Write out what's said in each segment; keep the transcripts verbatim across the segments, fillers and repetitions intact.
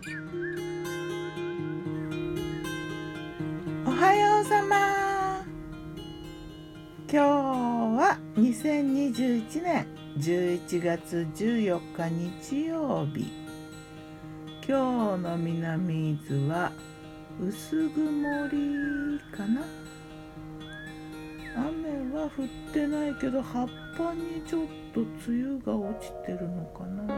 おはようさま。今日はにせんにじゅういちねんじゅういちがつじゅうよっか日曜日。今日の南伊豆は薄曇りかな。雨は降ってないけど葉っぱにちょっと梅雨が落ちてるのかな。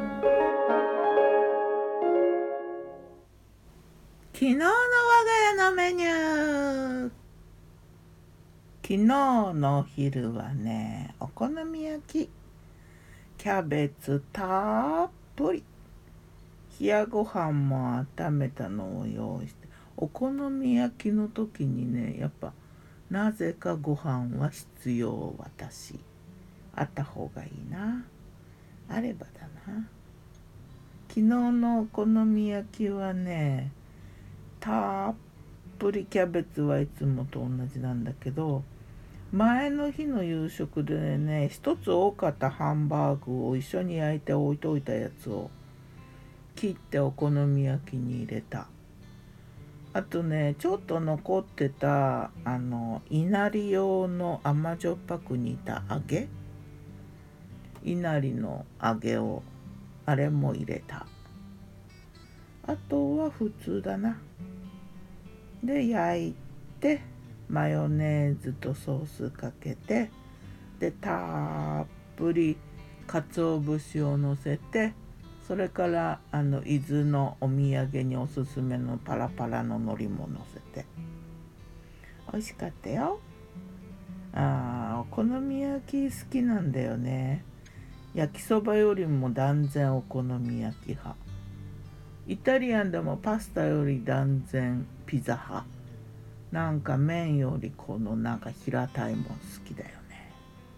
昨日の我が家のメニュー。昨日のお昼はね、お好み焼き、キャベツたっぷり、冷やご飯も温めたのを用意して、お好み焼きの時にね、やっぱなぜかご飯は必要。私あった方がいいな、あればだな。昨日のお好み焼きはね、たっぷり、キャベツはいつもと同じなんだけど、前の日の夕食でね、一つ多かったハンバーグを一緒に焼いて置いといたやつを切ってお好み焼きに入れた。あとね、ちょっと残ってたあのいなり用の甘じょっぱく煮た揚げ、いなりの揚げをあれも入れた。あとは普通だな。で焼いてマヨネーズとソースかけて、でたっぷり鰹節をのせて、それからあの伊豆のお土産におすすめのパラパラの海苔ものせて、美味しかったよ。あー、お好み焼き好きなんだよね。焼きそばよりも断然お好み焼き派。イタリアンでもパスタより断然ピザ派。なんか麺よりこのなんか平たいもん好きだよね。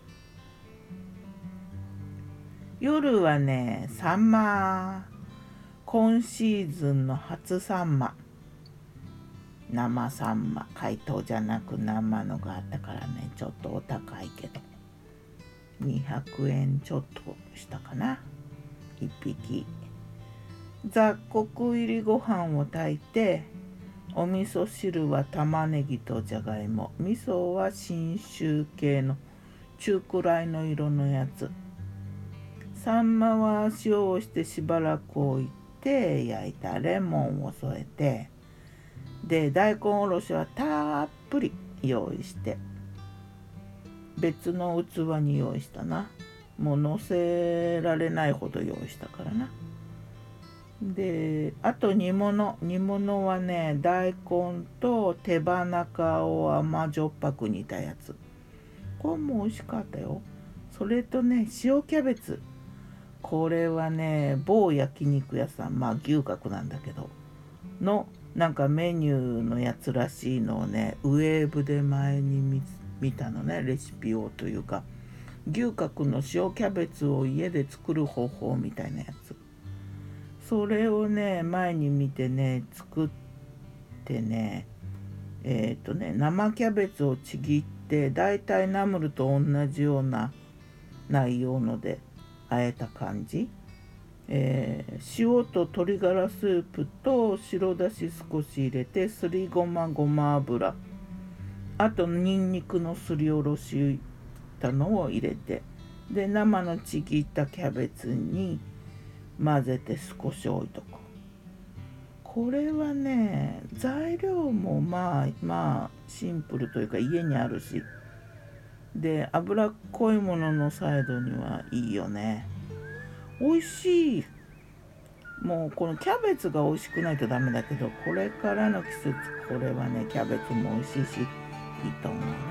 夜はね、サンマ。今シーズンの初サンマ。生サンマ、解凍じゃなく生のがあったからね、ちょっとお高いけどにひゃくえんちょっとしたかな、いっぴき。雑穀入りご飯を炊いて、お味噌汁は玉ねぎとじゃがいも、味噌は信州系の中くらいの色のやつ。サンマは塩をしてしばらく置いて焼いたレモンを添えて、で大根おろしはたっぷり用意して、別の器に用意したな。もう乗せられないほど用意したからな。であと煮物煮物はね、大根と手羽中を甘じょっぱく煮たやつ、これも美味しかったよ。それとね、塩キャベツ、これはね、某焼肉屋さん、まあ牛角なんだけどのなんかメニューのやつらしいのをね、ウェーブで前に 見, 見たのね、レシピをというか、牛角の塩キャベツを家で作る方法みたいなやつ、それをね前に見てね作ってね、えっ、ー、とね生キャベツをちぎって、だいたいナムルと同じような内容ので和えた感じ。えー、塩と鶏ガラスープと白だし少し入れて、すりごま、ごま油、あとにんにくのすりおろしたのを入れて、で生のちぎったキャベツに混ぜて少し置いとく。これはね、材料もまあまあシンプルというか家にあるし、で脂っこいもののサイドにはいいよね。美味しい。もうこのキャベツが美味しくないとダメだけど、これからの季節これはね、キャベツも美味しいしいいと思うな。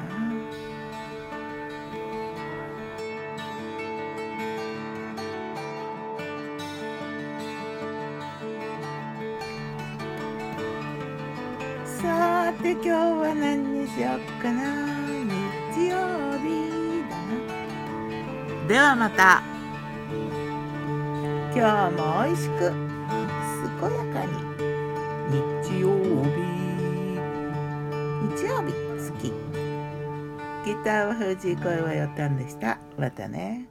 さて今日は何にしよっかな。日曜日だな。ではまた。今日も美味しく健やかに。日曜日日曜日好き。ギターは藤井声はよったんでした。またね。